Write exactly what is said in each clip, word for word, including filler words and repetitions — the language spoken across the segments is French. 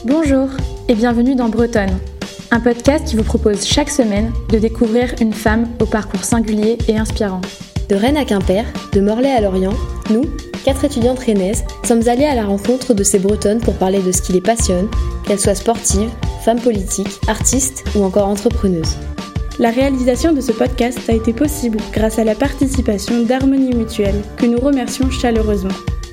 Bonjour et bienvenue dans Bretonne, un podcast qui vous propose chaque semaine de découvrir une femme au parcours singulier et inspirant. De Rennes à Quimper, de Morlaix à Lorient, nous, quatre étudiantes rennaises, sommes allées à la rencontre de ces Bretonnes pour parler de ce qui les passionne, qu'elles soient sportives, femmes politiques, artistes ou encore entrepreneuses. La réalisation de ce podcast a été possible grâce à la participation d'Harmonie Mutuelle, que nous remercions chaleureusement.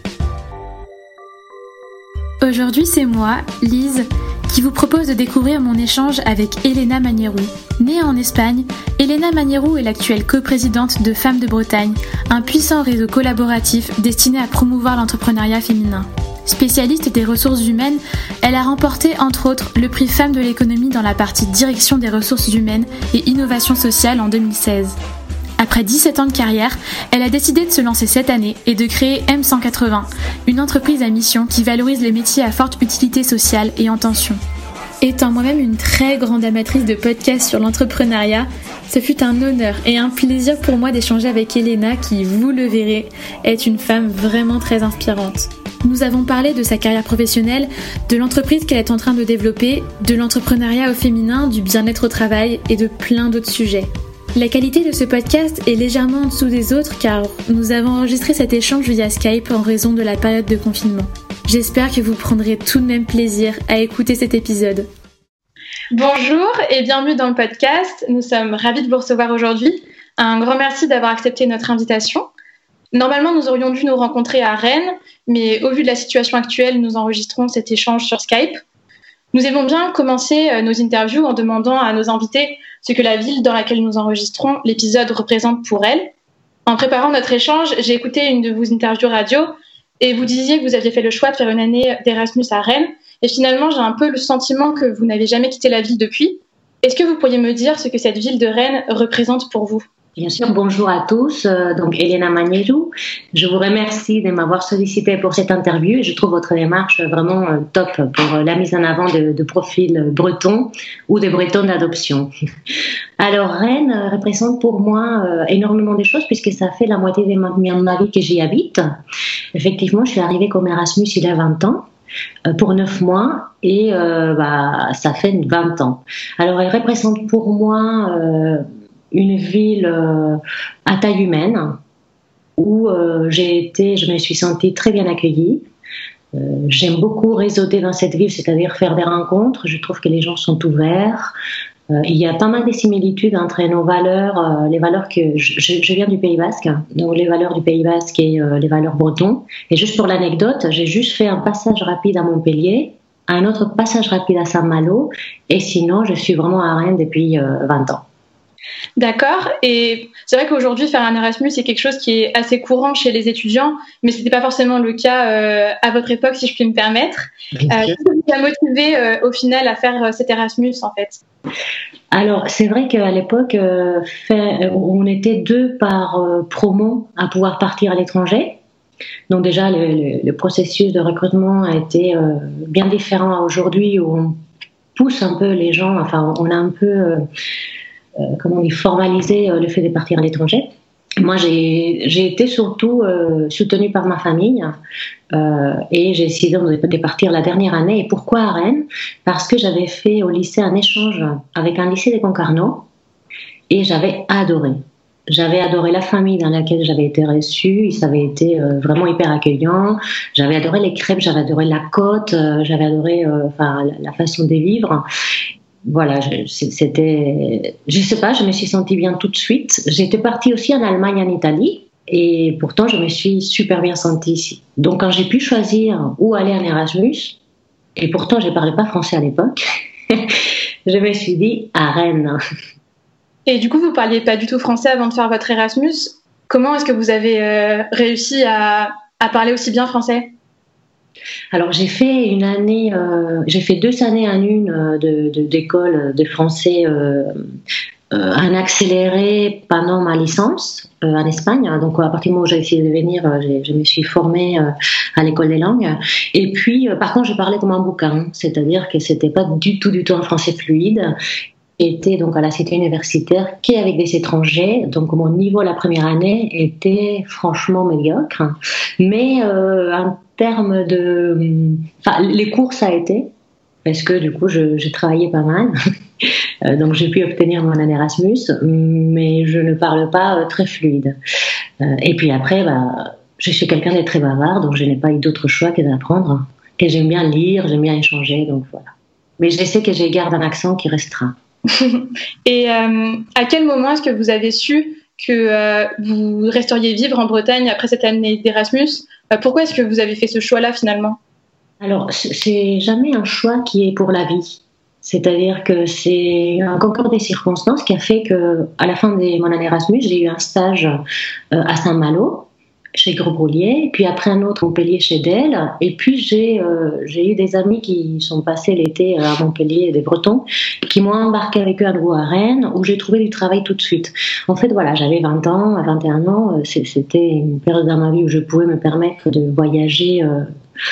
Aujourd'hui, c'est moi, Lise, qui vous propose de découvrir mon échange avec Elena Magnerou. Née en Espagne, Elena Magnerou est l'actuelle coprésidente de Femmes de Bretagne, un puissant réseau collaboratif destiné à promouvoir l'entrepreneuriat féminin. Spécialiste des ressources humaines, elle a remporté entre autres le prix Femmes de l'économie dans la partie Direction des ressources humaines et innovation sociale en deux mille seize. Après dix-sept ans de carrière, elle a décidé de se lancer cette année et de créer M cent quatre-vingts, une entreprise à mission qui valorise les métiers à forte utilité sociale et en tension. Étant moi-même une très grande amatrice de podcasts sur l'entrepreneuriat, ce fut un honneur et un plaisir pour moi d'échanger avec Elena qui, vous le verrez, est une femme vraiment très inspirante. Nous avons parlé de sa carrière professionnelle, de l'entreprise qu'elle est en train de développer, de l'entrepreneuriat au féminin, du bien-être au travail et de plein d'autres sujets. La qualité de ce podcast est légèrement en dessous des autres car nous avons enregistré cet échange via Skype en raison de la période de confinement. J'espère que vous prendrez tout de même plaisir à écouter cet épisode. Bonjour et bienvenue dans le podcast. Nous sommes ravis de vous recevoir aujourd'hui. Un grand merci d'avoir accepté notre invitation. Normalement, nous aurions dû nous rencontrer à Rennes, mais au vu de la situation actuelle, nous enregistrons cet échange sur Skype. Nous aimons bien commencer nos interviews en demandant à nos invités ce que la ville dans laquelle nous enregistrons l'épisode représente pour elles. En préparant notre échange, j'ai écouté une de vos interviews radio et vous disiez que vous aviez fait le choix de faire une année d'Erasmus à Rennes. Et finalement, j'ai un peu le sentiment que vous n'avez jamais quitté la ville depuis. Est-ce que vous pourriez me dire ce que cette ville de Rennes représente pour vous ? Bien sûr, bonjour à tous. Euh, donc, Elena Magnerou, je vous remercie de m'avoir sollicité pour cette interview et je trouve votre démarche vraiment euh, top pour euh, la mise en avant de, de profils bretons ou de bretons d'adoption. Alors, Rennes euh, représente pour moi euh, énormément de choses puisque ça fait la moitié de ma, ma vie que j'y habite. Effectivement, je suis arrivée comme Erasmus il y a vingt ans. Pour neuf mois et euh, bah, ça fait vingt ans. Alors, elle représente pour moi euh, une ville euh, à taille humaine où euh, j'ai été, je me suis sentie très bien accueillie. Euh, j'aime beaucoup réseauter dans cette ville, c'est-à-dire faire des rencontres. Je trouve que les gens sont ouverts. Euh, il y a pas mal de similitudes entre nos valeurs, euh, les valeurs que je, je viens du Pays Basque, donc les valeurs du Pays Basque et euh, les valeurs bretonnes. Et juste pour l'anecdote, j'ai juste fait un passage rapide à Montpellier, un autre passage rapide à Saint-Malo, et sinon je suis vraiment à Rennes depuis euh, vingt ans. D'accord, et c'est vrai qu'aujourd'hui faire un Erasmus c'est quelque chose qui est assez courant chez les étudiants, mais ce n'était pas forcément le cas euh, à votre époque si je puis me permettre. Euh, Qu'est-ce qui vous a motivé euh, au final à faire euh, cet Erasmus en fait ? Alors c'est vrai qu'à l'époque euh, fait, on était deux par euh, promo à pouvoir partir à l'étranger. Donc déjà le, le, le processus de recrutement a été euh, bien différent à aujourd'hui où on pousse un peu les gens, enfin on a un peu... Euh, Euh, comment on dit, formaliser euh, le fait de partir à l'étranger. Moi, j'ai, j'ai été surtout euh, soutenue par ma famille euh, et j'ai décidé de partir la dernière année. Et pourquoi à Rennes ? Parce que j'avais fait au lycée un échange avec un lycée de Concarneau et j'avais adoré. J'avais adoré la famille dans laquelle j'avais été reçue. Ils avaient été euh, vraiment hyper accueillants. J'avais adoré les crêpes, j'avais adoré la côte, euh, j'avais adoré euh, enfin, la, la façon de vivre. Voilà, c'était, je sais pas, je me suis sentie bien tout de suite. J'étais partie aussi en Allemagne, en Italie, et pourtant je me suis super bien sentie ici. Donc quand j'ai pu choisir où aller en Erasmus, et pourtant je parlais pas français à l'époque, je me suis dit à Rennes. Et du coup, vous parliez pas du tout français avant de faire votre Erasmus. Comment est-ce que vous avez euh, réussi à, à parler aussi bien français ? Alors j'ai fait une année, euh, j'ai fait deux années en une euh, de, de, d'école de français euh, euh, en accéléré pendant ma licence euh, en Espagne. Donc à partir du moment où j'ai essayé de venir, euh, je me suis formée euh, à l'école des langues. Et puis euh, par contre je parlais comme un bouquin, c'est-à-dire que c'était pas du tout du tout un français fluide. Était donc à la cité universitaire qu'avec des étrangers, donc mon niveau la première année était franchement médiocre, mais euh, en termes de, enfin les cours ça a été, parce que du coup, je, j'ai travaillé pas mal. Donc, j'ai pu obtenir mon année Erasmus, mais je ne parle pas très fluide. Et puis après, bah, je suis quelqu'un de très bavard, donc je n'ai pas eu d'autre choix que d'apprendre. Que j'aime bien lire, j'aime bien échanger, donc voilà. Mais je sais que je garde un accent qui restera. Et euh, à quel moment est-ce que vous avez su que euh, vous resteriez vivre en Bretagne après cette année d'Erasmus ? euh, Pourquoi est-ce que vous avez fait ce choix-là finalement ? Alors, c'est jamais un choix qui est pour la vie. C'est-à-dire que c'est un concours des circonstances qui a fait que, à la fin de mon année Erasmus, j'ai eu un stage à Saint-Malo, chez Groupe Roulier, puis après un autre à Montpellier chez Dell, et puis j'ai, euh, j'ai eu des amis qui sont passés l'été à Montpellier, des Bretons, qui m'ont embarqué avec eux à nouveau à Rennes, où j'ai trouvé du travail tout de suite. En fait, voilà, j'avais vingt ans, à vingt et un ans, c'était une période dans ma vie où je pouvais me permettre de voyager, euh,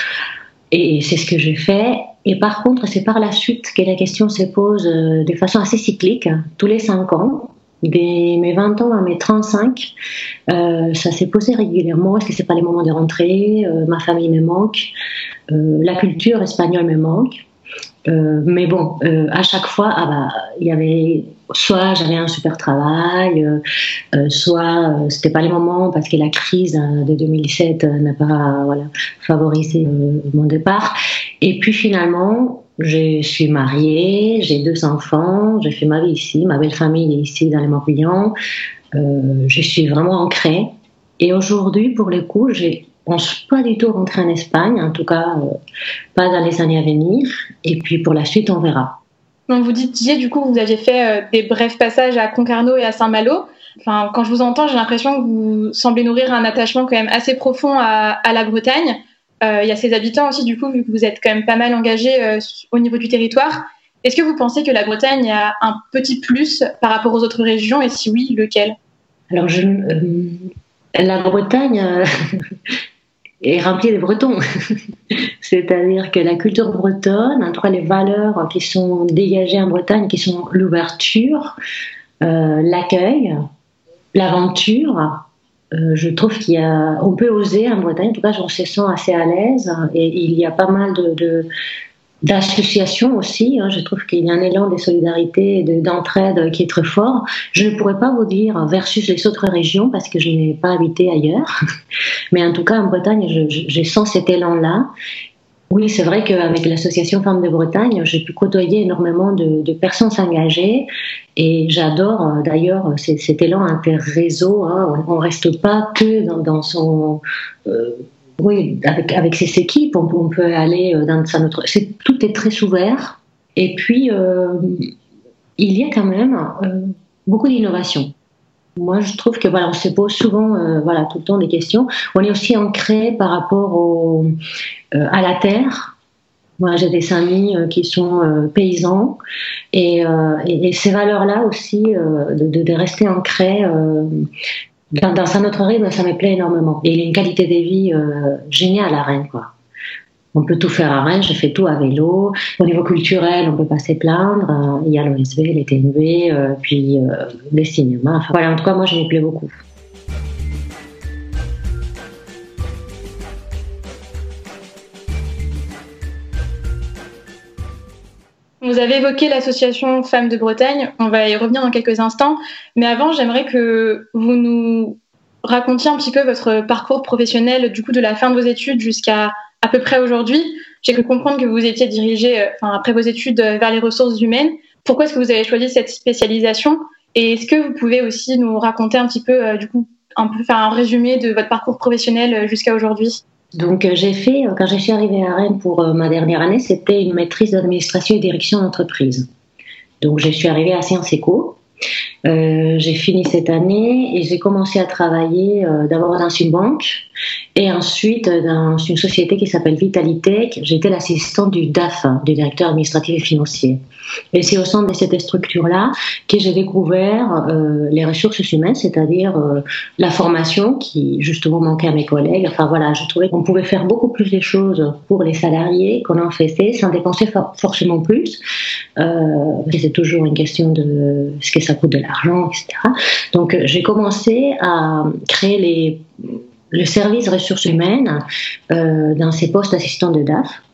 et c'est ce que j'ai fait. Et par contre, c'est par la suite que la question se pose euh, de façon assez cyclique, tous les cinq ans. De mes vingt ans à mes trente-cinq, euh, ça s'est posé régulièrement. Est-ce que c'est pas les moments de rentrée ? euh, Ma famille me manque, euh, la culture espagnole me manque. Euh, mais bon, euh, à chaque fois, ah bah, il y avait soit j'avais un super travail, euh, euh, soit euh, c'était pas les moments parce que la crise euh, de deux mille dix-sept euh, n'a pas voilà favorisé euh, mon départ. Et puis finalement, je suis mariée, j'ai deux enfants, j'ai fait ma vie ici, ma belle famille est ici dans les Morbihan. Euh, je suis vraiment ancrée. Et aujourd'hui, pour le coup, je pense pas du tout rentrer en Espagne, en tout cas euh, pas dans les années à venir. Et puis pour la suite, on verra. Donc vous disiez du coup que vous aviez fait euh, des brefs passages à Concarneau et à Saint-Malo. Enfin, quand je vous entends, j'ai l'impression que vous semblez nourrir un attachement quand même assez profond à, à la Bretagne. Euh, il y a ses habitants aussi, du coup, vu que vous êtes quand même pas mal engagés euh, au niveau du territoire. Est-ce que vous pensez que la Bretagne a un petit plus par rapport aux autres régions, et si oui, lequel ? Alors, je, euh, la Bretagne euh, est remplie de Bretons. C'est-à-dire que la culture bretonne, en tout cas les valeurs qui sont dégagées en Bretagne, qui sont l'ouverture, euh, l'accueil, l'aventure, Euh, je trouve qu'il y a, on peut oser en Bretagne. En tout cas, j'en se sens assez à l'aise. Et il y a pas mal de, de d'associations aussi. Hein. Je trouve qu'il y a un élan de solidarité et de, d'entraide qui est très fort. Je ne pourrais pas vous dire versus les autres régions parce que je n'ai pas habité ailleurs. Mais en tout cas, en Bretagne, je, je, je sens cet élan-là. Oui, c'est vrai qu'avec l'association Femmes de Bretagne, j'ai pu côtoyer énormément de, de personnes engagées et j'adore d'ailleurs cet élan inter-réseau. Hein. On ne reste pas que dans, dans son... Euh, oui, avec, avec ses équipes, on, on peut aller dans sa notre... C'est, tout est très ouvert et puis euh, il y a quand même euh, beaucoup d'innovation. Moi, je trouve que voilà, on se pose souvent, euh, voilà, tout le temps des questions. On est aussi ancré par rapport au, euh, à la terre. Moi, j'ai des amis euh, qui sont euh, paysans et, euh, et, et ces valeurs-là aussi, euh, de, de rester ancrés euh, dans, dans un autre rythme, ça me plaît énormément. Et il y a une qualité de vie euh, géniale à Rennes, quoi. On peut tout faire à Rennes, je fais tout à vélo. Au niveau culturel, on peut pas se plaindre. Il y a l'O S V, les T N V, euh, puis euh, les cinémas. Enfin, voilà, en tout cas, moi, je m'y plais beaucoup. Vous avez évoqué l'association Femmes de Bretagne. On va y revenir dans quelques instants. Mais avant, j'aimerais que vous nous racontiez un petit peu votre parcours professionnel, du coup, de la fin de vos études jusqu'à à peu près aujourd'hui. J'ai cru comprendre que vous étiez dirigé, enfin, après vos études, vers les ressources humaines. Pourquoi est-ce que vous avez choisi cette spécialisation ? Et est-ce que vous pouvez aussi nous raconter un petit peu, euh, du coup, un peu faire un résumé de votre parcours professionnel jusqu'à aujourd'hui ? Donc, j'ai fait, quand je suis arrivée à Rennes pour ma dernière année, c'était une maîtrise d'administration et direction d'entreprise. Donc, je suis arrivée à Sciences Éco. Euh, j'ai fini cette année et j'ai commencé à travailler euh, d'abord dans une banque et ensuite dans une société qui s'appelle Vitalitech. J'étais l'assistante du D A F, du directeur administratif et financier. Et c'est au sein de cette structure-là que j'ai découvert euh, les ressources humaines, c'est-à-dire euh, la formation qui justement manquait à mes collègues. Enfin voilà, je trouvais qu'on pouvait faire beaucoup plus de choses pour les salariés qu'on en faisait sans dépenser for- forcément plus. Euh, c'est toujours une question de ce que ça coûte de l'argent, et cetera. Donc j'ai commencé à créer les, le service ressources humaines euh, dans ces postes d'assistant de D A F.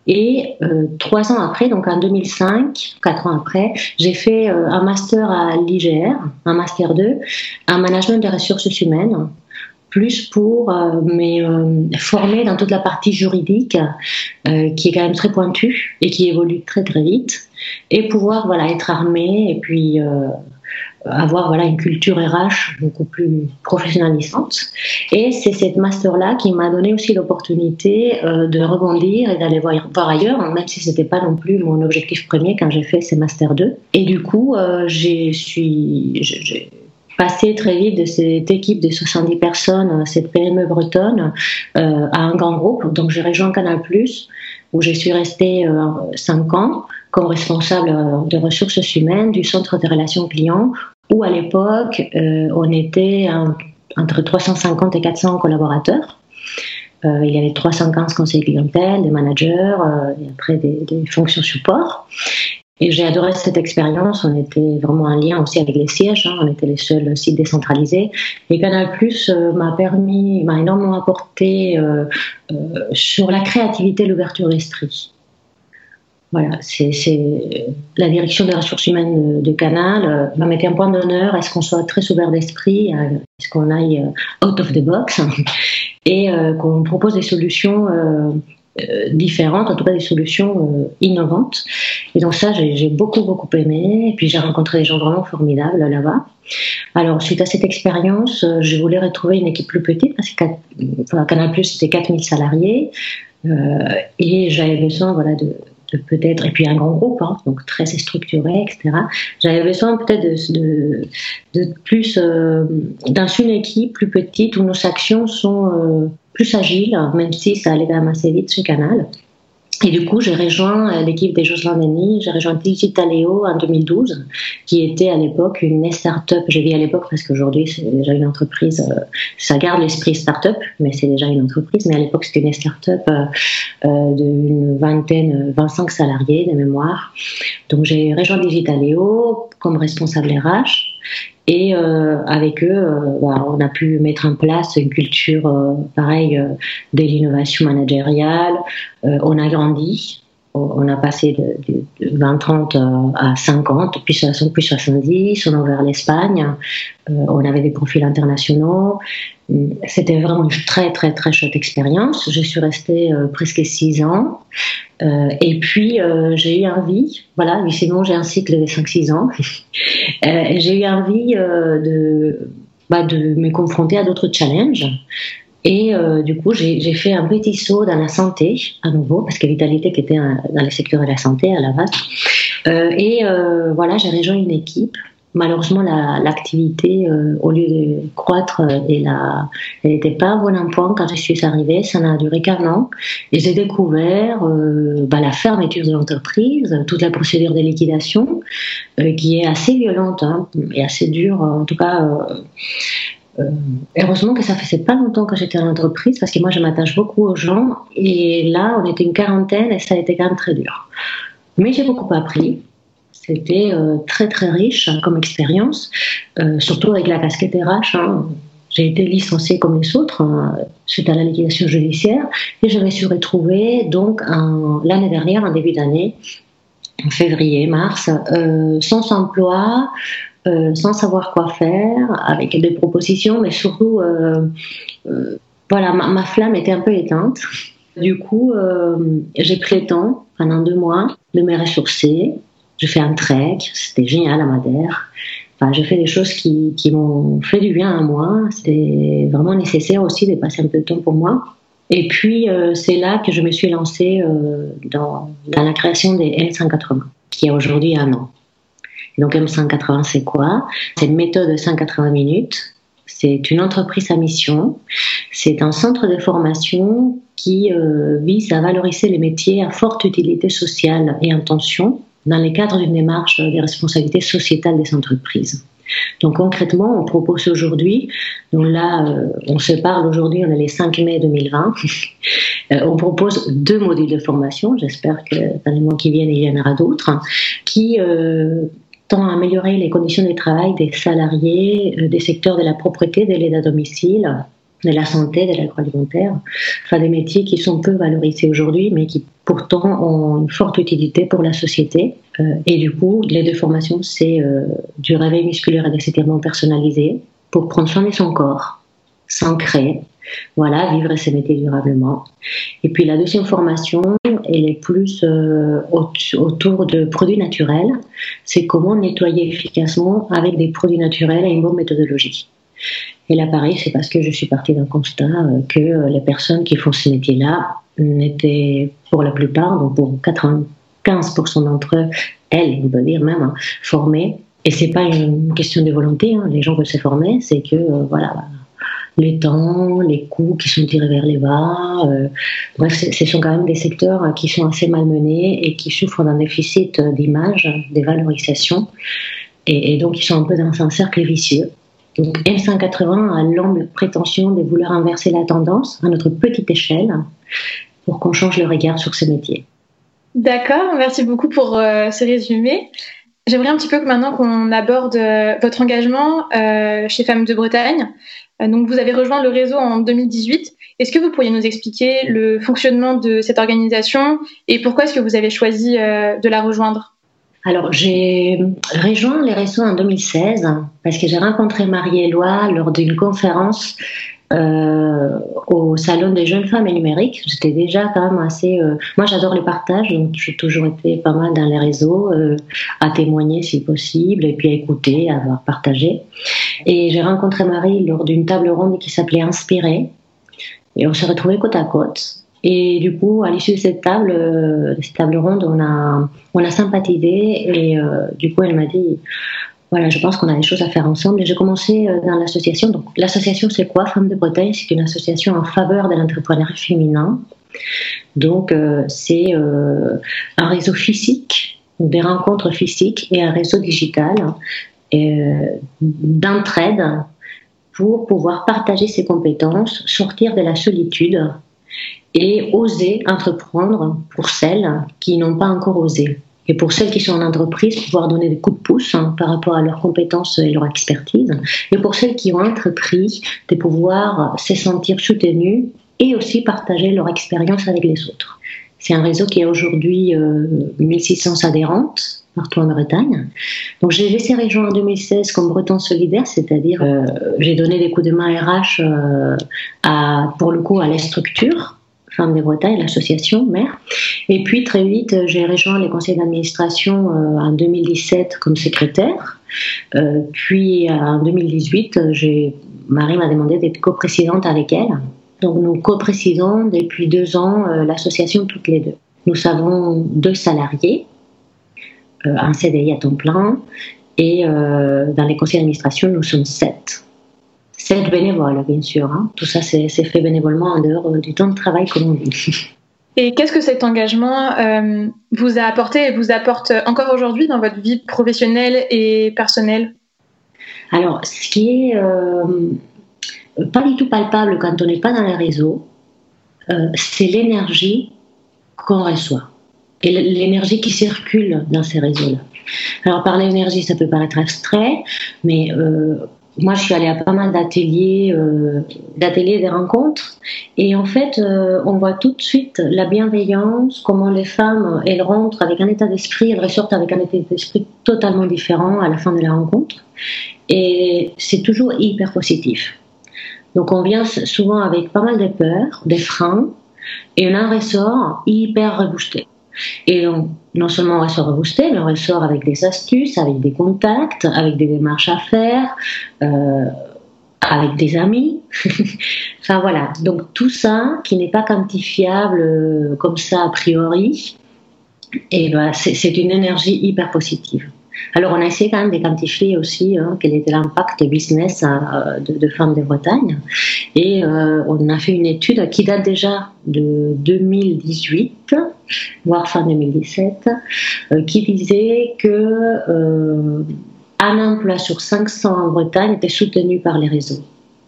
Et euh, trois ans après, donc en deux mille cinq, quatre ans après, j'ai fait euh, un master à l'I G R, un master deux, en management des ressources humaines, plus pour euh, me euh, former dans toute la partie juridique, euh, qui est quand même très pointue et qui évolue très très vite, et pouvoir voilà être armée et puis euh, avoir voilà une culture R H beaucoup plus professionnalisante. Et c'est cette master-là qui m'a donné aussi l'opportunité euh, de rebondir et d'aller voir, voir ailleurs, même si c'était pas non plus mon objectif premier quand j'ai fait ces master deux. Et du coup, euh, j'ai suis j'ai passé très vite de cette équipe de soixante-dix personnes, cette P M E bretonne, euh, à un grand groupe. Donc j'ai rejoint Canal+, où je suis restée euh, cinq ans comme responsable de ressources humaines du centre de relations clients, où à l'époque, euh, on était un, entre trois cent cinquante et quatre cents collaborateurs. Euh, il y avait trois cent quinze conseillers clientèle, des managers, euh, et après des, des fonctions support. Et j'ai adoré cette expérience. On était vraiment en lien aussi avec les sièges. Hein. On était les seuls sites décentralisés. Et Canal+ euh, m'a permis, m'a énormément apporté euh, euh, sur la créativité, l'ouverture d'esprit. Voilà, c'est, c'est la direction des ressources humaines de, de Canal euh, m'a mis un point d'honneur à ce qu'on soit très ouvert d'esprit, à ce qu'on aille euh, out of the box et euh, qu'on propose des solutions euh, euh, différentes, en tout cas des solutions euh, innovantes. Et donc ça, j'ai, j'ai beaucoup beaucoup aimé. Et puis j'ai rencontré des gens vraiment formidables là-bas. Alors suite à cette expérience, euh, je voulais retrouver une équipe plus petite parce que enfin, Canal+, c'était quatre mille salariés euh, et j'avais besoin voilà de de peut-être, et puis un grand groupe, hein, donc très structuré, et cetera. J'avais besoin peut-être de, de, de plus, euh, dans une équipe plus petite où nos actions sont euh, plus agiles, même si ça allait quand même assez vite sur Canal. Et du coup, j'ai rejoint l'équipe des Jocelyn Denis, j'ai rejoint Digitaléo en deux mille douze, qui était à l'époque une start-up. Je dis à l'époque parce qu'aujourd'hui, c'est déjà une entreprise, euh, ça garde l'esprit start-up, mais c'est déjà une entreprise. Mais à l'époque, c'était une start-up euh, euh, d'une vingtaine, vingt-cinq salariés de mémoire. Donc, j'ai rejoint Digitaléo comme responsable R H. Et euh, avec eux, euh, bah, on a pu mettre en place une culture euh, pareille euh, de l'innovation managériale. Euh, on a grandi, on a passé de, de, de vingt trente à cinquante, puis soixante, puis soixante-dix. On a ouvert l'Espagne. Euh, on avait des profils internationaux. C'était vraiment une très très très chouette expérience. Je suis restée euh, presque six ans. Euh, et puis euh, j'ai eu envie, voilà, sinon j'ai un cycle de cinq six ans. euh, j'ai eu envie euh, de, bah, de me confronter à d'autres challenges. Et euh, du coup, j'ai, j'ai fait un petit saut dans la santé, à nouveau, parce que Vitalité qui était un, dans le secteur de la santé à la base. Euh, et euh, voilà, j'ai rejoint une équipe. Malheureusement, la, l'activité, euh, au lieu de croître, et la, elle n'était pas à bon point quand je suis arrivée. Ça n'a duré qu'un an. Et j'ai découvert euh, bah, la fermeture de l'entreprise, toute la procédure de liquidation, euh, qui est assez violente hein, et assez dure. En tout cas, euh, euh, heureusement que ça faisait pas longtemps que j'étais à l'entreprise, parce que moi, je m'attache beaucoup aux gens. Et là, on était une quarantaine et ça a été quand même très dur. Mais j'ai beaucoup appris. C'était euh, très très riche hein, comme expérience, euh, surtout avec la casquette R H. Hein. J'ai été licenciée comme les autres hein, suite à la liquidation judiciaire et je me suis retrouvée donc en, l'année dernière, en début d'année, en février, mars, euh, sans emploi, euh, sans savoir quoi faire, avec des propositions, mais surtout, euh, euh, voilà, ma, ma flamme était un peu éteinte. Du coup, euh, j'ai pris le temps pendant deux mois de me ressourcer. Je fais un trek, c'était génial à Madère. Enfin, je fais des choses qui, qui m'ont fait du bien à moi. C'était vraiment nécessaire aussi de passer un peu de temps pour moi. Et puis, euh, c'est là que je me suis lancée euh, dans, dans la création des M cent quatre-vingts, qui a aujourd'hui un an. Donc, M cent quatre-vingts, c'est quoi? C'est une méthode de cent quatre-vingts minutes. C'est une entreprise à mission. C'est un centre de formation qui euh, vise à valoriser les métiers à forte utilité sociale et intention, dans le cadre d'une démarche des responsabilités sociétales des entreprises. Donc concrètement, on propose aujourd'hui, donc là, euh, on se parle aujourd'hui, on est le cinq mai deux mille vingt, euh, on propose deux modules de formation, j'espère que dans les mois qui viennent, il y en aura d'autres, hein, qui euh, tendent à améliorer les conditions de travail des salariés euh, des secteurs de la propreté, de l'aide à domicile de la santé, de l'agroalimentaire, enfin des métiers qui sont peu valorisés aujourd'hui, mais qui pourtant ont une forte utilité pour la société. Euh, et du coup, les deux formations, c'est euh, du réveil musculaire et des étirements personnalisés pour prendre soin de son corps, s'ancrer, voilà, vivre ses métiers durablement. Et puis la deuxième formation, elle est plus euh, autour de produits naturels. C'est comment nettoyer efficacement avec des produits naturels et une bonne méthodologie. Et là, pareil, c'est parce que je suis partie d'un constat euh, que euh, les personnes qui font ce métier-là n'étaient, pour la plupart, donc pour quatre-vingt-quinze pour cent d'entre eux, elles, on peut dire même, hein, formées. Et c'est pas une question de volonté, hein. Les gens veulent se former, c'est que, euh, voilà, les temps, les coûts qui sont tirés vers les bas. Euh, bref, ce sont quand même des secteurs qui sont assez malmenés et qui souffrent d'un déficit d'image, de valorisation. Et, et donc, ils sont un peu dans un cercle vicieux. Donc, M cent quatre-vingts a l'humble prétention de vouloir inverser la tendance à notre petite échelle pour qu'on change le regard sur ces métiers. D'accord, merci beaucoup pour euh, ce résumé. J'aimerais un petit peu que maintenant qu'on aborde euh, votre engagement euh, chez Femmes de Bretagne. Donc, vous avez rejoint le réseau en deux mille dix-huit. Est-ce que vous pourriez nous expliquer le fonctionnement de cette organisation et pourquoi est-ce que vous avez choisi euh, de la rejoindre ? Alors, j'ai rejoint les réseaux en deux mille seize parce que j'ai rencontré Marie-Éloi lors d'une conférence euh, au Salon des jeunes femmes et numériques. J'étais déjà quand même assez... Euh, moi, j'adore les partages, donc j'ai toujours été pas mal dans les réseaux, euh, à témoigner si possible, et puis à écouter, à partager. Et j'ai rencontré Marie lors d'une table ronde qui s'appelait Inspirer, et on s'est retrouvés côte à côte. Et du coup, à l'issue de cette table, euh, de cette table ronde, on a, on a sympathisé, et euh, du coup, elle m'a dit... Voilà, je pense qu'on a des choses à faire ensemble. Et j'ai commencé dans l'association. Donc, l'association, c'est quoi ? Femmes de Bretagne, c'est une association en faveur de l'entrepreneuriat féminin. Donc, euh, c'est euh, un réseau physique, des rencontres physiques et un réseau digital euh, d'entraide pour pouvoir partager ses compétences, sortir de la solitude et oser entreprendre pour celles qui n'ont pas encore osé. Et pour celles qui sont en entreprise, pouvoir donner des coups de pouce hein, par rapport à leurs compétences et leur expertise. Et pour celles qui ont entrepris, de pouvoir se sentir soutenues et aussi partager leur expérience avec les autres. C'est un réseau qui a aujourd'hui euh, mille six cents adhérentes partout en Bretagne. Donc j'ai laissé rejoindre en deux mille seize comme Breton solidaire, c'est-à-dire euh, j'ai donné des coups de main R H euh, à, pour le coup à la structure Femmes de Bretagne, l'association mère. Et puis très vite, j'ai rejoint les conseils d'administration euh, en deux mille dix-sept comme secrétaire. Euh, puis en deux mille dix-huit, j'ai, Marie m'a demandé d'être coprésidente avec elle. Donc nous coprésidons depuis deux ans euh, l'association toutes les deux. Nous avons deux salariés, euh, un C D I à temps plein, et euh, dans les conseils d'administration, nous sommes sept. Sept bénévoles, bien sûr. Hein. Tout ça, c'est, c'est fait bénévolement en dehors du temps de travail, comme on dit. Et qu'est-ce que cet engagement euh, vous a apporté et vous apporte encore aujourd'hui dans votre vie professionnelle et personnelle ? Alors, ce qui est euh, pas du tout palpable quand on n'est pas dans les réseaux, euh, c'est l'énergie qu'on reçoit et l'énergie qui circule dans ces réseaux-là. Alors, par l'énergie, ça peut paraître abstrait, mais... Euh, Moi, je suis allée à pas mal d'ateliers, euh, d'ateliers, des rencontres, et en fait, euh, on voit tout de suite la bienveillance, comment les femmes, elles rentrent avec un état d'esprit, elles ressortent avec un état d'esprit totalement différent à la fin de la rencontre, et c'est toujours hyper positif. Donc, on vient souvent avec pas mal de peurs, des freins, et on a un ressort hyper reboosté. Et on, non seulement on ressort reboosté, mais on ressort avec des astuces, avec des contacts, avec des démarches à faire, euh, avec des amis. Enfin voilà, donc tout ça qui n'est pas quantifiable euh, comme ça a priori, et ben, c'est, c'est une énergie hyper positive. Alors on a essayé quand même de quantifier aussi hein, quel était l'impact business euh, de, de Femmes de Bretagne, et euh, on a fait une étude qui date déjà de deux mille dix-huit, voire fin deux mille dix-sept, euh, qui disait que euh, un emploi sur cinq cents en Bretagne était soutenu par les réseaux.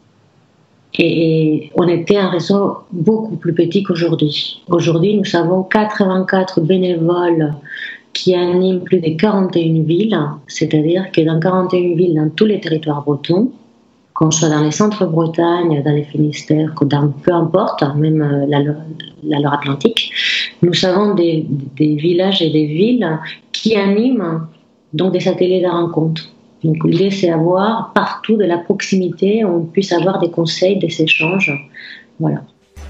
Et, et on était un réseau beaucoup plus petit qu'aujourd'hui. Aujourd'hui, nous avons quatre-vingt-quatre bénévoles qui anime plus de quarante et une villes, c'est-à-dire que dans quarante et une villes, dans tous les territoires bretons, qu'on soit dans les centres Bretagne, dans les Finistères, dans, peu importe, même la, la Loire-Atlantique, nous avons des, des villages et des villes qui animent donc des ateliers de rencontre. Donc l'idée, c'est avoir partout de la proximité, on puisse avoir des conseils, des échanges. Voilà.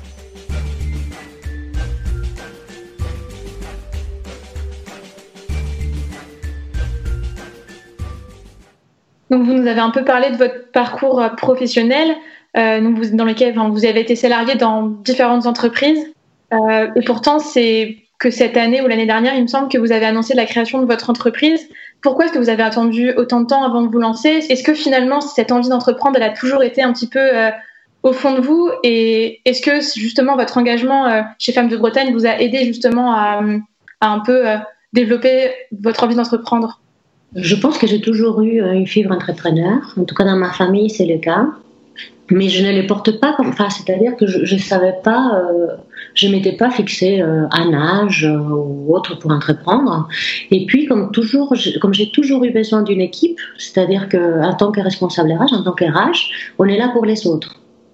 Donc vous nous avez un peu parlé de votre parcours professionnel, euh, donc vous, dans lequel enfin, vous avez été salarié dans différentes entreprises. Euh, et pourtant, c'est que cette année ou l'année dernière, il me semble que vous avez annoncé la création de votre entreprise. Pourquoi est-ce que vous avez attendu autant de temps avant de vous lancer ? Est-ce que finalement, cette envie d'entreprendre, elle a toujours été un petit peu euh, au fond de vous ? Et est-ce que justement votre engagement euh, chez Femmes de Bretagne vous a aidé justement à, à un peu euh, développer votre envie d'entreprendre ? Je pense que j'ai toujours eu une fibre entrepreneur. En tout cas, dans ma famille, c'est le cas. Mais je ne les porte pas comme, enfin, c'est-à-dire que je ne savais pas, euh, je ne m'étais pas fixé euh, un âge euh, ou autre pour entreprendre. Et puis, comme toujours, je, comme j'ai toujours eu besoin d'une équipe, c'est-à-dire qu'en tant que responsable R H, en tant que R H, on est là pour les autres.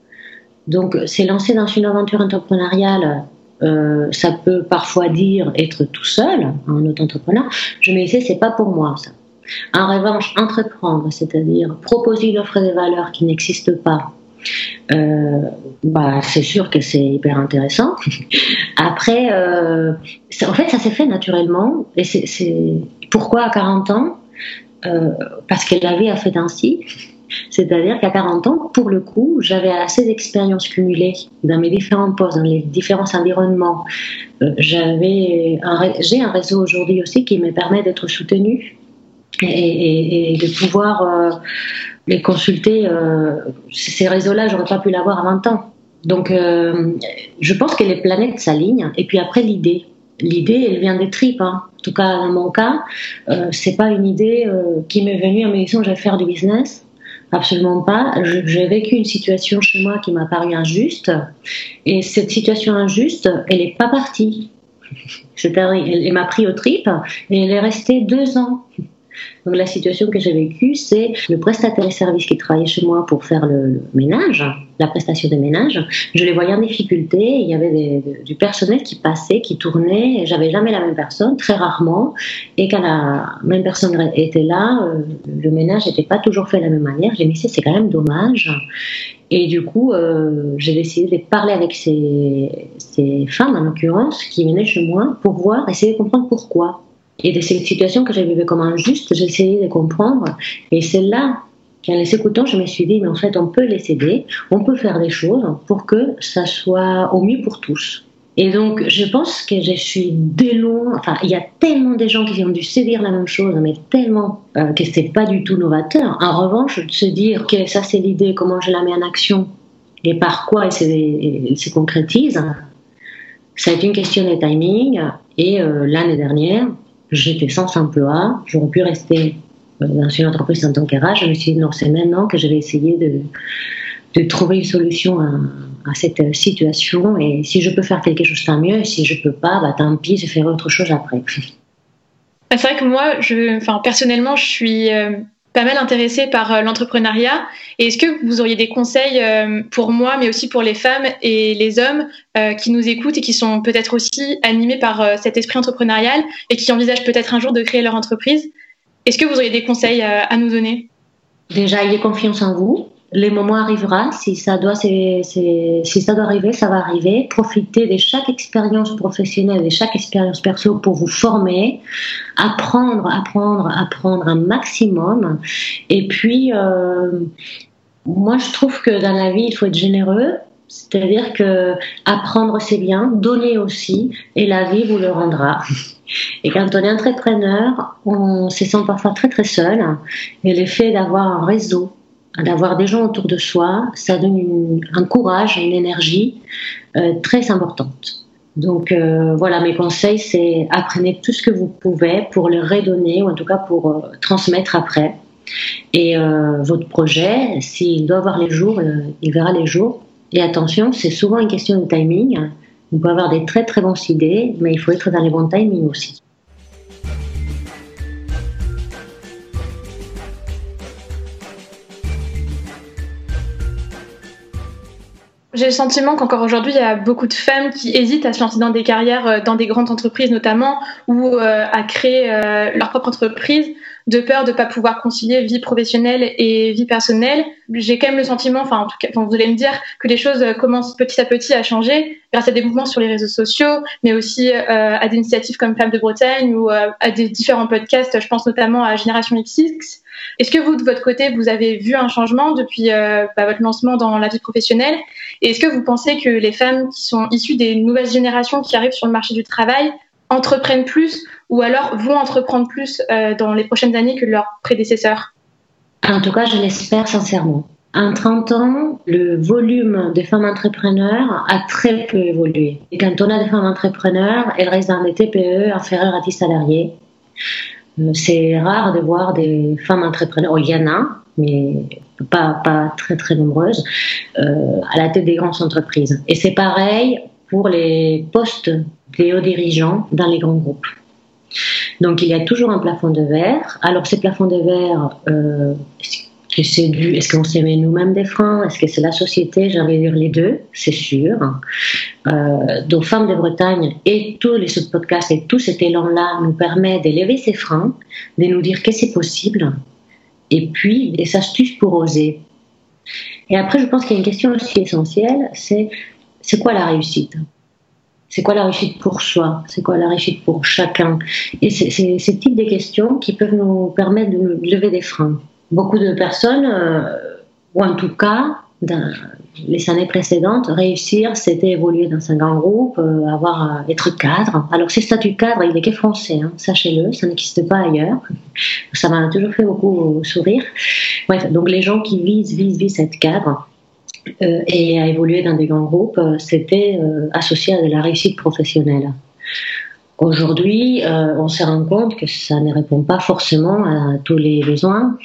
Donc, c'est lancer dans une aventure entrepreneuriale. Euh, ça peut parfois dire être tout seul, un auto-entrepreneur. Je me disais, c'est pas pour moi ça. En revanche, entreprendre, c'est-à-dire proposer une offre de valeur qui n'existe pas, euh, bah, c'est sûr que c'est hyper intéressant. Après, euh, en fait, ça s'est fait naturellement. Et c'est, c'est... Pourquoi à quarante ans euh, Parce que la vie a fait ainsi. C'est-à-dire qu'à quarante ans, pour le coup, j'avais assez d'expériences cumulées dans mes différents postes, dans les différents environnements. Euh, j'avais un, j'ai un réseau aujourd'hui aussi qui me permet d'être soutenue et, et, et de pouvoir euh, les consulter. Euh, ces réseaux-là, j'aurais pas pu l'avoir à vingt ans. Donc, euh, je pense que les planètes s'alignent. Et puis après, l'idée. L'idée, elle vient des tripes. Hein. En tout cas, dans mon cas, euh, c'est pas une idée euh, qui m'est venue en me disant je vais faire du business. Absolument pas. J'ai vécu une situation chez moi qui m'a paru injuste, et cette situation injuste, elle n'est pas partie. C'est-à-dire, elle, elle m'a pris aux tripes et elle est restée deux ans. Donc la situation que j'ai vécue, c'est le prestataire de service qui travaillait chez moi pour faire le, le ménage, la prestation de ménage. Je les voyais en difficulté, il y avait des, de, du personnel qui passait, qui tournait, et j'avais jamais la même personne, très rarement, et quand la même personne était là, euh, le ménage n'était pas toujours fait de la même manière. J'ai dit, c'est quand même dommage. Et du coup, euh, j'ai décidé de parler avec ces, ces femmes, en l'occurrence, qui venaient chez moi pour voir, essayer de comprendre pourquoi. Et de cette situation que j'avais vécue comme injuste, j'ai essayé de comprendre. Et c'est là qu'en les écoutant, je me suis dit, mais en fait, on peut les aider, on peut faire des choses pour que ça soit au mieux pour tous. Et donc, je pense que je suis dès loin, enfin, il y a tellement de gens qui ont dû se dire la même chose, mais tellement euh, que c'est pas du tout novateur. En revanche, de se dire que ça, c'est l'idée, comment je la mets en action et par quoi elle se, elle se concrétise, ça a été une question de timing. Et euh, l'année dernière, j'étais sans emploi, j'aurais pu rester dans une entreprise en tant qu'R H. Je me suis dit non, c'est maintenant que je vais essayer de, de trouver une solution à, à cette situation, et si je peux faire quelque chose, tant mieux, et si je peux pas, bah, tant pis, je ferai autre chose après. C'est vrai que moi, je, enfin, personnellement, je suis euh, pas mal intéressée par euh, l'entrepreneuriat. Et est-ce que vous auriez des conseils euh, pour moi, mais aussi pour les femmes et les hommes euh, qui nous écoutent et qui sont peut-être aussi animés par euh, cet esprit entrepreneurial et qui envisagent peut-être un jour de créer leur entreprise? Est-ce que vous auriez des conseils euh, à nous donner? Déjà, ayez confiance en vous. Le moment arrivera. Si ça doit, c'est, c'est, si ça doit arriver, ça va arriver. Profitez de chaque expérience professionnelle, de chaque expérience perso pour vous former, apprendre, apprendre, apprendre un maximum. Et puis, euh, moi, je trouve que dans la vie, il faut être généreux. C'est-à-dire que apprendre, c'est bien, donner aussi, et la vie vous le rendra. Et quand on est entrepreneur, on se sent parfois très très seul. Et le fait d'avoir un réseau, d'avoir des gens autour de soi, ça donne une, un courage, une énergie euh, très importante. Donc euh, voilà, mes conseils, c'est apprenez tout ce que vous pouvez pour le redonner, ou en tout cas pour euh, transmettre après. Et euh, votre projet, s'il doit voir les jours, euh, il verra les jours. Et attention, c'est souvent une question de timing. On peut avoir des très très bonnes idées, mais il faut être dans les bons timings aussi. J'ai le sentiment qu'encore aujourd'hui, il y a beaucoup de femmes qui hésitent à se lancer dans des carrières dans des grandes entreprises notamment, ou euh, à créer euh, leur propre entreprise, de peur de ne pas pouvoir concilier vie professionnelle et vie personnelle. J'ai quand même le sentiment, enfin en tout cas, vous allez me dire, que les choses commencent petit à petit à changer grâce à des mouvements sur les réseaux sociaux, mais aussi euh, à des initiatives comme Femmes de Bretagne ou euh, à des différents podcasts, je pense notamment à Génération X X. Est-ce que vous, de votre côté, vous avez vu un changement depuis euh, bah, votre lancement dans la vie professionnelle ? Et est-ce que vous pensez que les femmes qui sont issues des nouvelles générations qui arrivent sur le marché du travail entreprennent plus ou alors vont entreprendre plus euh, dans les prochaines années que leurs prédécesseurs ? En tout cas, je l'espère sincèrement. En trente ans, le volume des femmes entrepreneurs a très peu évolué. Et quand on a des femmes entrepreneurs, elles restent dans des T P E inférieurs à dix salariés. C'est rare de voir des femmes entrepreneurs, oh, il y en a, mais pas, pas très très nombreuses, euh, à la tête des grandes entreprises. Et c'est pareil pour les postes des hauts dirigeants dans les grands groupes. Donc il y a toujours un plafond de verre. Alors ces plafonds de verre, euh, est-ce que c'est dû, est-ce qu'on s'est mis nous-mêmes des freins ? Est-ce que c'est la société ? J'ai envie de dire les deux, c'est sûr. Euh, donc Femmes de Bretagne et tous les autres podcasts et tout cet élan-là nous permet de lever ces freins, de nous dire que c'est possible, et puis des astuces pour oser. Et après, je pense qu'il y a une question aussi essentielle, c'est c'est quoi la réussite ? C'est quoi la réussite pour soi ? C'est quoi la réussite pour chacun ? Et c'est, c'est ce type de questions qui peuvent nous permettre de nous lever des freins. Beaucoup de personnes, euh, ou en tout cas, dans les années précédentes, réussir, c'était évoluer dans un grand groupe, euh, avoir, euh, être cadre. Alors, ce statut cadre, il n'est que français, hein, sachez-le, ça n'existe pas ailleurs. Ça m'a toujours fait beaucoup sourire. Bref, donc les gens qui visent, visent, visent être cadre, Euh, et à évoluer dans des grands groupes, euh, c'était euh, associé à de la réussite professionnelle. Aujourd'hui, euh, on se rend compte que ça ne répond pas forcément à tous les besoins.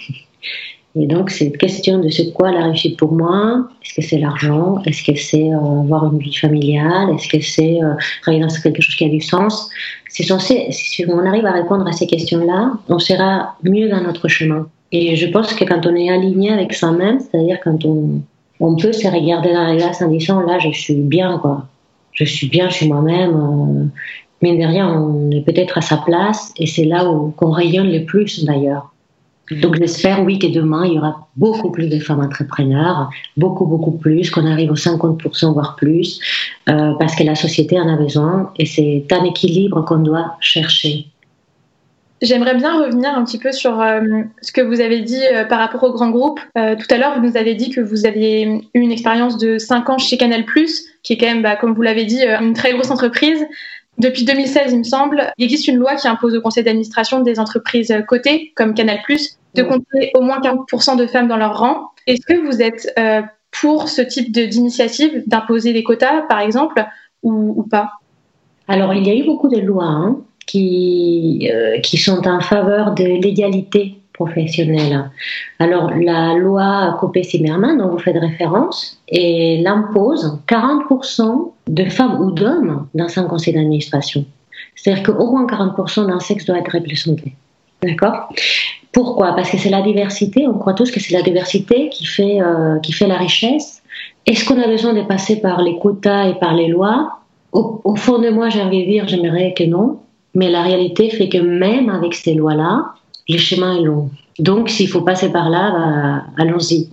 Et donc, c'est une question de c'est quoi la réussite pour moi ? Est-ce que c'est l'argent ? Est-ce que c'est euh, avoir une vie familiale ? Est-ce que c'est euh, travailler dans quelque chose qui a du sens ? C'est censé, si on arrive à répondre à ces questions-là, on sera mieux dans notre chemin. Et je pense que quand on est aligné avec soi-même, c'est-à-dire quand on On peut se regarder dans la glace en disant là je suis bien quoi, je suis bien chez moi-même, euh, mais derrière on est peut-être à sa place et c'est là où qu'on rayonne le plus d'ailleurs. Donc j'espère oui que demain il y aura beaucoup plus de femmes entrepreneurs, beaucoup beaucoup plus, qu'on arrive aux cinquante pour cent voire plus, euh, parce que la société en a besoin et c'est un équilibre qu'on doit chercher. J'aimerais bien revenir un petit peu sur euh, ce que vous avez dit euh, par rapport au grand groupe. Euh, tout à l'heure, vous nous avez dit que vous aviez eu une expérience de cinq ans chez Canal plus, qui est quand même, bah, comme vous l'avez dit, euh, une très grosse entreprise. Depuis deux mille seize, il me semble, il existe une loi qui impose au conseil d'administration des entreprises cotées, comme Canal plus, de compter au moins quarante pour cent de femmes dans leur rang. Est-ce que vous êtes euh, pour ce type de, d'initiative, d'imposer des quotas, par exemple, ou, ou pas ? Alors, il y a eu beaucoup de lois, hein, qui, euh, qui sont en faveur de l'égalité professionnelle. Alors, la loi Copé-Zimmermann, dont vous faites référence, elle impose quarante pour cent de femmes ou d'hommes dans un conseil d'administration. C'est-à-dire qu'au moins quarante pour cent d'un sexe doit être représenté. D'accord ? Pourquoi ? Parce que c'est la diversité, on croit tous que c'est la diversité qui fait, euh, qui fait la richesse. Est-ce qu'on a besoin de passer par les quotas et par les lois ? au, au fond de moi, j'ai envie de dire, j'aimerais que non. Mais la réalité fait que même avec ces lois-là, le chemin est long. Donc, s'il faut passer par là, bah, allons-y.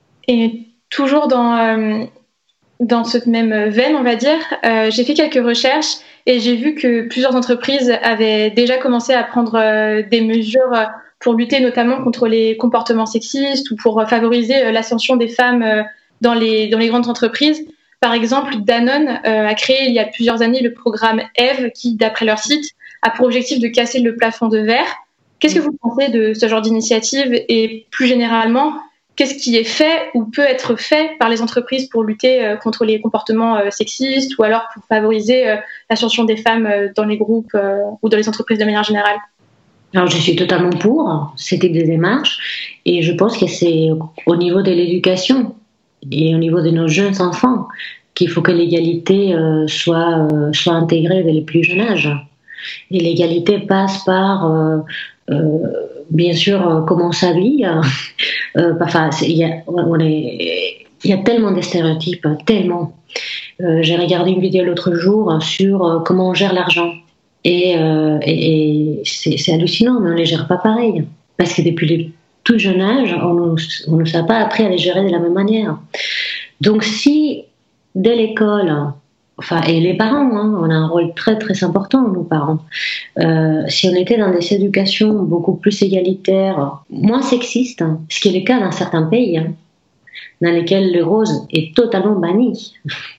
Et toujours dans, euh, dans cette même veine, on va dire, euh, j'ai fait quelques recherches et j'ai vu que plusieurs entreprises avaient déjà commencé à prendre euh, des mesures pour lutter notamment contre les comportements sexistes ou pour favoriser euh, l'ascension des femmes euh, dans, les, dans les grandes entreprises. Par exemple, Danone euh, a créé il y a plusieurs années le programme Eve qui, d'après leur site, a pour objectif de casser le plafond de verre. Qu'est-ce que vous pensez de ce genre d'initiative et plus généralement, qu'est-ce qui est fait ou peut être fait par les entreprises pour lutter contre les comportements sexistes ou alors pour favoriser l'ascension des femmes dans les groupes ou dans les entreprises de manière générale ? Alors, je suis totalement pour ce type de démarche et je pense que c'est au niveau de l'éducation et au niveau de nos jeunes enfants qu'il faut que l'égalité euh, soit, euh, soit intégrée dès le plus jeune âge. Et l'égalité passe par, euh, euh, bien sûr, euh, comment on s'habille. Euh, enfin, il y a, on est, il y a tellement de stéréotypes, tellement. Euh, j'ai regardé une vidéo l'autre jour sur euh, comment on gère l'argent. Et, euh, et, et c'est, c'est hallucinant, mais on ne les gère pas pareil. Parce que depuis le tout jeune âge, on ne nous a pas appris à les gérer de la même manière. Donc si, dès l'école, enfin, et les parents, hein, on a un rôle très très important, nos parents, euh, si on était dans des éducations beaucoup plus égalitaires, moins sexistes, hein, ce qui est le cas dans certains pays, hein, dans lesquels le rose est totalement banni.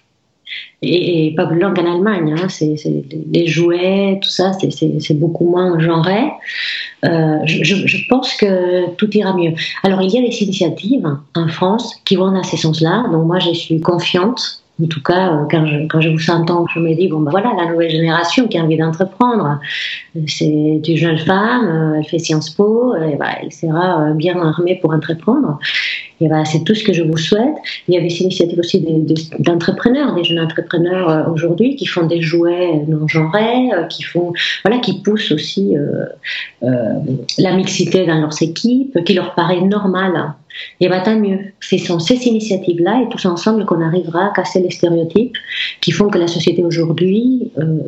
Et, et pas plus loin qu'en Allemagne, hein, c'est, c'est les jouets, tout ça, c'est, c'est, c'est beaucoup moins genré. Euh, je, je pense que tout ira mieux. Alors, il y a des initiatives en France qui vont dans ce sens-là, donc moi, je suis confiante. En tout cas, quand je, quand je vous entends, je me dis, bon ben voilà, la nouvelle génération qui a envie d'entreprendre, c'est une jeune femme, elle fait Sciences Po, et ben, elle sera bien armée pour entreprendre. Et ben, c'est tout ce que je vous souhaite. Il y a des initiatives aussi des, des, d'entrepreneurs, des jeunes entrepreneurs aujourd'hui qui font des jouets non genrés, qui font, voilà, qui poussent aussi euh, euh, la mixité dans leurs équipes, qui leur paraît normale. Et bien, tant mieux. Ce sont ces initiatives-là et tous ensemble qu'on arrivera à casser les stéréotypes qui font que la société aujourd'hui euh,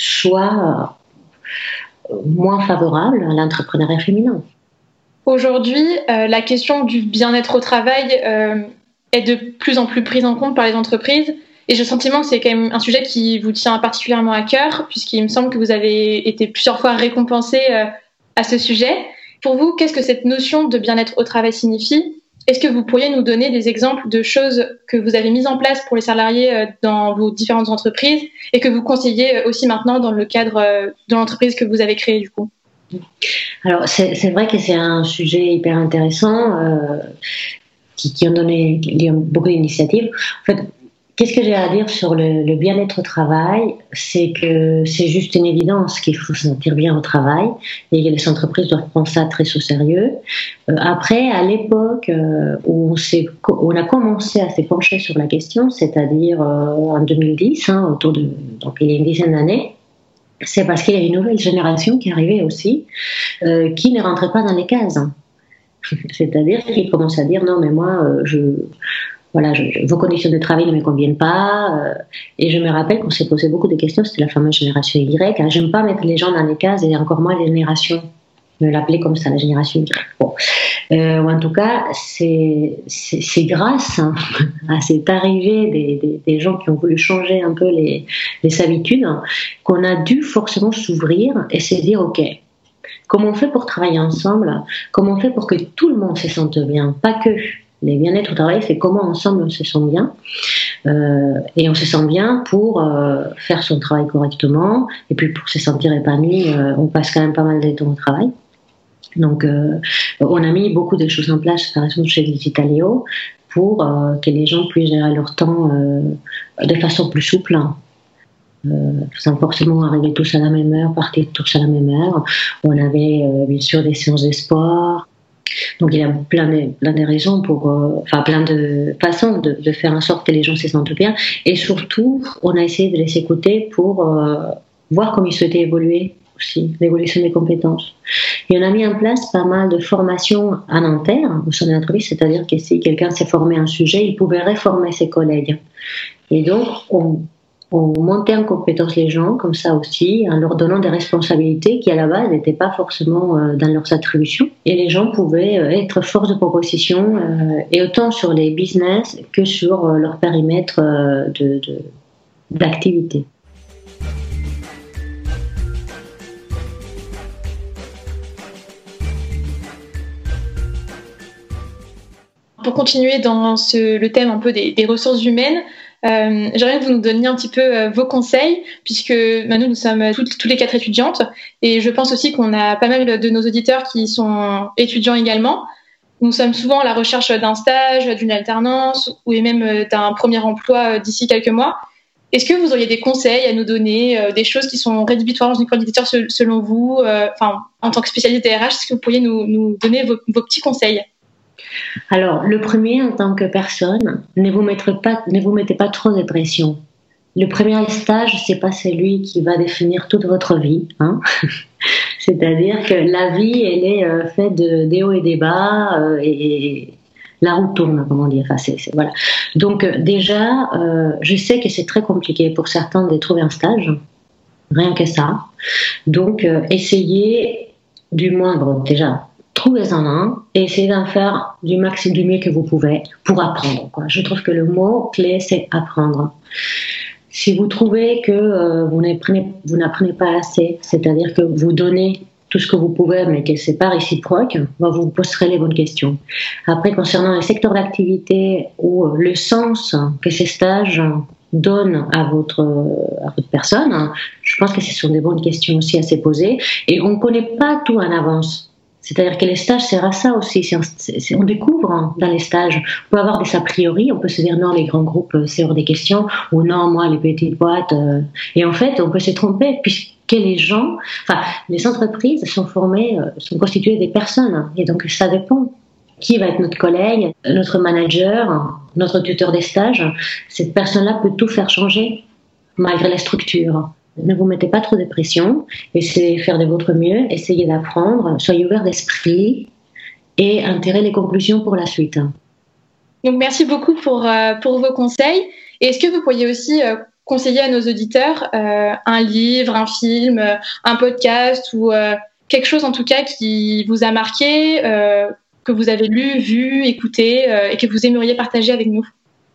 soit euh, moins favorable à l'entrepreneuriat féminin. Aujourd'hui, euh, la question du bien-être au travail euh, est de plus en plus prise en compte par les entreprises. Et j'ai le sentiment que c'est quand même un sujet qui vous tient particulièrement à cœur, puisqu'il me semble que vous avez été plusieurs fois récompensé euh, à ce sujet. Pour vous, qu'est-ce que cette notion de bien-être au travail signifie ? Est-ce que vous pourriez nous donner des exemples de choses que vous avez mises en place pour les salariés dans vos différentes entreprises et que vous conseillez aussi maintenant dans le cadre de l'entreprise que vous avez créée du coup ? Alors, c'est, c'est vrai que c'est un sujet hyper intéressant euh, qui, qui ont donné il y a beaucoup d'initiatives. En fait, qu'est-ce que j'ai à dire sur le, le bien-être au travail ? C'est que c'est juste une évidence qu'il faut se sentir bien au travail et que les entreprises doivent prendre ça très au sérieux. Euh, après, à l'époque euh, où on, s'est, on a commencé à se pencher sur la question, c'est-à-dire euh, en deux mille dix, hein, autour de, donc il y a une dizaine d'années, c'est parce qu'il y a une nouvelle génération qui arrivait aussi, euh, qui ne rentrait pas dans les cases. C'est-à-dire qu'ils commencent à dire non, mais moi, euh, je, voilà, je, je, vos conditions de travail ne me conviennent pas. Euh, et je me rappelle qu'on s'est posé beaucoup de questions. C'était la fameuse génération Y. Hein, j'aime pas mettre les gens dans les cases et encore moins les générations. Me l'appeler comme ça, la génération Y. Bon. Euh, ou en tout cas, c'est, c'est, c'est grâce hein, à cette arrivée des, des, des gens qui ont voulu changer un peu les, les habitudes hein, qu'on a dû forcément s'ouvrir et se dire ok, comment on fait pour travailler ensemble, comment on fait pour que tout le monde se sente bien, pas que les bien-être au travail, c'est comment ensemble on se sent bien euh, et on se sent bien pour euh, faire son travail correctement et puis pour se sentir épanoui, euh, on passe quand même pas mal de temps au travail. Donc, euh, on a mis beaucoup de choses en place, par exemple chez Digitaléo, pour euh, que les gens puissent gérer leur temps euh, de façon plus souple. Euh, sans forcément arriver tous à la même heure, partir tous à la même heure. On avait euh, bien sûr des séances de sport. Donc, il y a plein de, plein de raisons pour, euh, enfin, plein de façons de, de faire en sorte que les gens se sentent bien. Et surtout, on a essayé de les écouter pour euh, voir comment ils souhaitaient évoluer aussi, l'évolution des compétences. Et on a mis en place pas mal de formations en interne au sein de l'entreprise, c'est-à-dire que si quelqu'un s'est formé à un sujet, il pouvait réformer ses collègues. Et donc, on, on montait en compétence les gens, comme ça aussi, en leur donnant des responsabilités qui, à la base, n'étaient pas forcément euh, dans leurs attributions. Et les gens pouvaient euh, être force de proposition, euh, et autant sur les business que sur euh, leur périmètre euh, de, de, d'activité. Pour continuer dans ce, le thème un peu des, des ressources humaines, euh, j'aimerais que vous nous donniez un petit peu euh, vos conseils, puisque bah, nous, nous sommes toutes, toutes les quatre étudiantes, et je pense aussi qu'on a pas mal de nos auditeurs qui sont étudiants également. Nous sommes souvent à la recherche d'un stage, d'une alternance, ou même d'un premier emploi d'ici quelques mois. Est-ce que vous auriez des conseils à nous donner, euh, des choses qui sont rédhibitoires dans une candidature selon vous, euh, enfin, en tant que spécialiste des R H, est-ce que vous pourriez nous, nous donner vos, vos petits conseils ? Alors, le premier, en tant que personne, ne vous mettez pas, ne vous mettez pas trop de pression. Le premier stage, c'est pas celui qui va définir toute votre vie, hein. C'est-à-dire que la vie, elle est euh, faite de, des hauts et des bas, euh, et, la roue tourne, comment dire. Enfin, c'est, c'est, voilà. Donc euh, déjà, euh, je sais que c'est très compliqué pour certains de trouver un stage, rien que ça. Donc euh, essayez du moindre déjà. Trouvez-en un et essayez d'en faire du max du mieux que vous pouvez pour apprendre, quoi. Je trouve que le mot clé, c'est apprendre. Si vous trouvez que euh, vous, n'apprenez, vous n'apprenez pas assez, c'est-à-dire que vous donnez tout ce que vous pouvez, mais que c'est pas réciproque, ben vous vous poserez les bonnes questions. Après, concernant les secteurs d'activité ou le sens que ces stages donnent à votre, à votre personne, je pense que ce sont des bonnes questions aussi à se poser. Et on ne connaît pas tout en avance. C'est-à-dire que les stages, c'est à ça aussi. C'est, c'est, on découvre hein, dans les stages. On peut avoir des a priori, on peut se dire non, les grands groupes, c'est hors des questions, ou non, moi, les petites boîtes. Euh... Et en fait, on peut se tromper puisque les gens, enfin, les entreprises sont formées, euh, sont constituées des personnes. Et donc, ça dépend. Qui va être notre collègue, notre manager, notre tuteur des stages. Cette personne-là peut tout faire changer, malgré la structure. Ne vous mettez pas trop de pression, essayez de faire de votre mieux, essayez d'apprendre, soyez ouvert d'esprit et en tirez les conclusions pour la suite. Donc merci beaucoup pour, euh, pour vos conseils. Et est-ce que vous pourriez aussi euh, conseiller à nos auditeurs euh, un livre, un film, euh, un podcast ou euh, quelque chose en tout cas qui vous a marqué, euh, que vous avez lu, vu, écouté euh, et que vous aimeriez partager avec nous?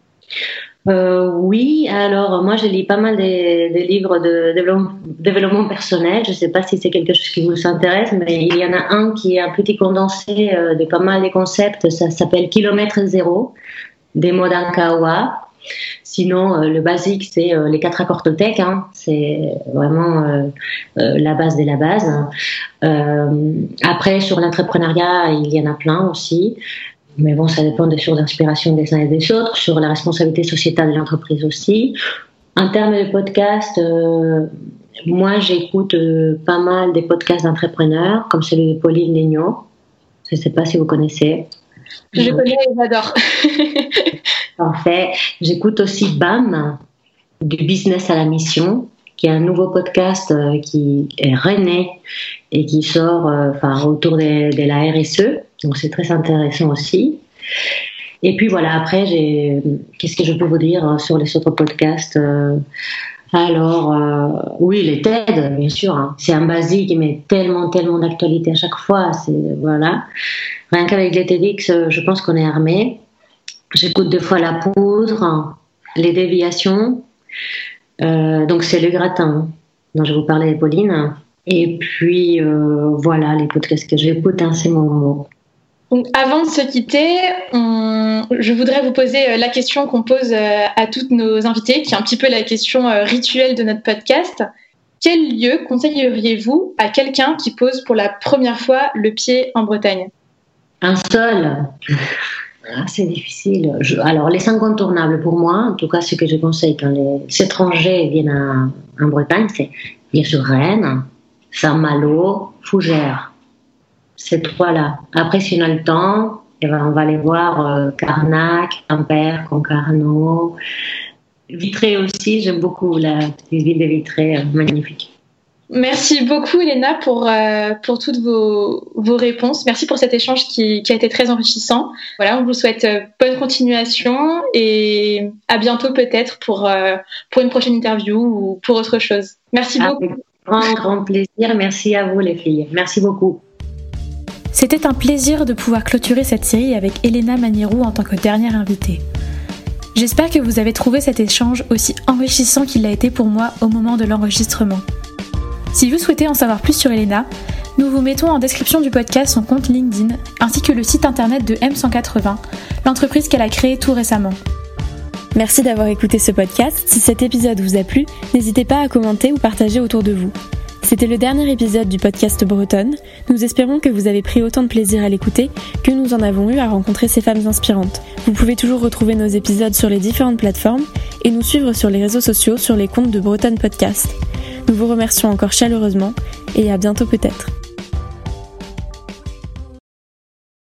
Euh, oui, alors moi je lis pas mal des, des livres de développement, développement personnel. Je ne sais pas si c'est quelque chose qui vous intéresse, mais il y en a un qui est un petit condensé euh, de pas mal de concepts. Ça s'appelle Kilomètre Zéro des Modan Kawa. Sinon, euh, le basique, c'est euh, les quatre accords Toltec. Hein. C'est vraiment euh, euh, la base de la base. Euh, après, sur l'entrepreneuriat, il y en a plein aussi. Mais bon, ça dépend des sources d'inspiration des uns et des autres, sur la responsabilité sociétale de l'entreprise aussi. En termes de podcasts, euh, moi j'écoute euh, pas mal des podcasts d'entrepreneurs, comme celui de Pauline Legnaud. Je ne sais pas si vous connaissez. Je connais et j'adore. Parfait. J'écoute aussi B A M, du business à la mission, qui est un nouveau podcast euh, qui est rené et qui sort euh, enfin, autour de, de la R S E. Donc c'est très intéressant aussi. Et puis voilà, après, j'ai... qu'est-ce que je peux vous dire sur les autres podcasts? Alors, euh, oui, les T E D, bien sûr. Hein. C'est un basique, mais tellement, tellement d'actualité à chaque fois. C'est, voilà. Rien qu'avec les TEDx, je pense qu'on est armé. J'écoute deux fois La Poudre, Les Déviations. Euh, donc c'est Le Gratin, dont je vous parlais, Pauline. Et puis, euh, voilà, les podcasts que j'écoute, hein, c'est mon mot. Donc, avant de se quitter, on... je voudrais vous poser la question qu'on pose à toutes nos invités, qui est un petit peu la question rituelle de notre podcast. Quel lieu conseilleriez-vous à quelqu'un qui pose pour la première fois le pied en Bretagne? Un seul. Ah, c'est difficile. Je... Alors, les incontournables pour moi, en tout cas, ce que je conseille quand les étrangers viennent à... en Bretagne, c'est bien sûr Rennes, Saint-Malo, Fougères. Ces trois-là. Après, si on a le temps, eh ben, on va aller voir euh, Carnac, Quimper, Concarneau, Vitré aussi. J'aime beaucoup la petite ville de Vitré, euh, magnifique. Merci beaucoup, Elena, pour, euh, pour toutes vos, vos réponses. Merci pour cet échange qui, qui a été très enrichissant. Voilà, on vous souhaite euh, bonne continuation et à bientôt peut-être pour, euh, pour une prochaine interview ou pour autre chose. Merci Avec beaucoup. Grand, grand plaisir. Merci à vous, les filles. Merci beaucoup. C'était un plaisir de pouvoir clôturer cette série avec Elena Magnéroux en tant que dernière invitée. J'espère que vous avez trouvé cet échange aussi enrichissant qu'il l'a été pour moi au moment de l'enregistrement. Si vous souhaitez en savoir plus sur Elena, nous vous mettons en description du podcast son compte LinkedIn ainsi que le site internet de M cent quatre-vingts, l'entreprise qu'elle a créée tout récemment. Merci d'avoir écouté ce podcast. Si cet épisode vous a plu, n'hésitez pas à commenter ou partager autour de vous. C'était le dernier épisode du podcast Bretonne. Nous espérons que vous avez pris autant de plaisir à l'écouter que nous en avons eu à rencontrer ces femmes inspirantes. Vous pouvez toujours retrouver nos épisodes sur les différentes plateformes et nous suivre sur les réseaux sociaux sur les comptes de Bretonne Podcast. Nous vous remercions encore chaleureusement et à bientôt peut-être.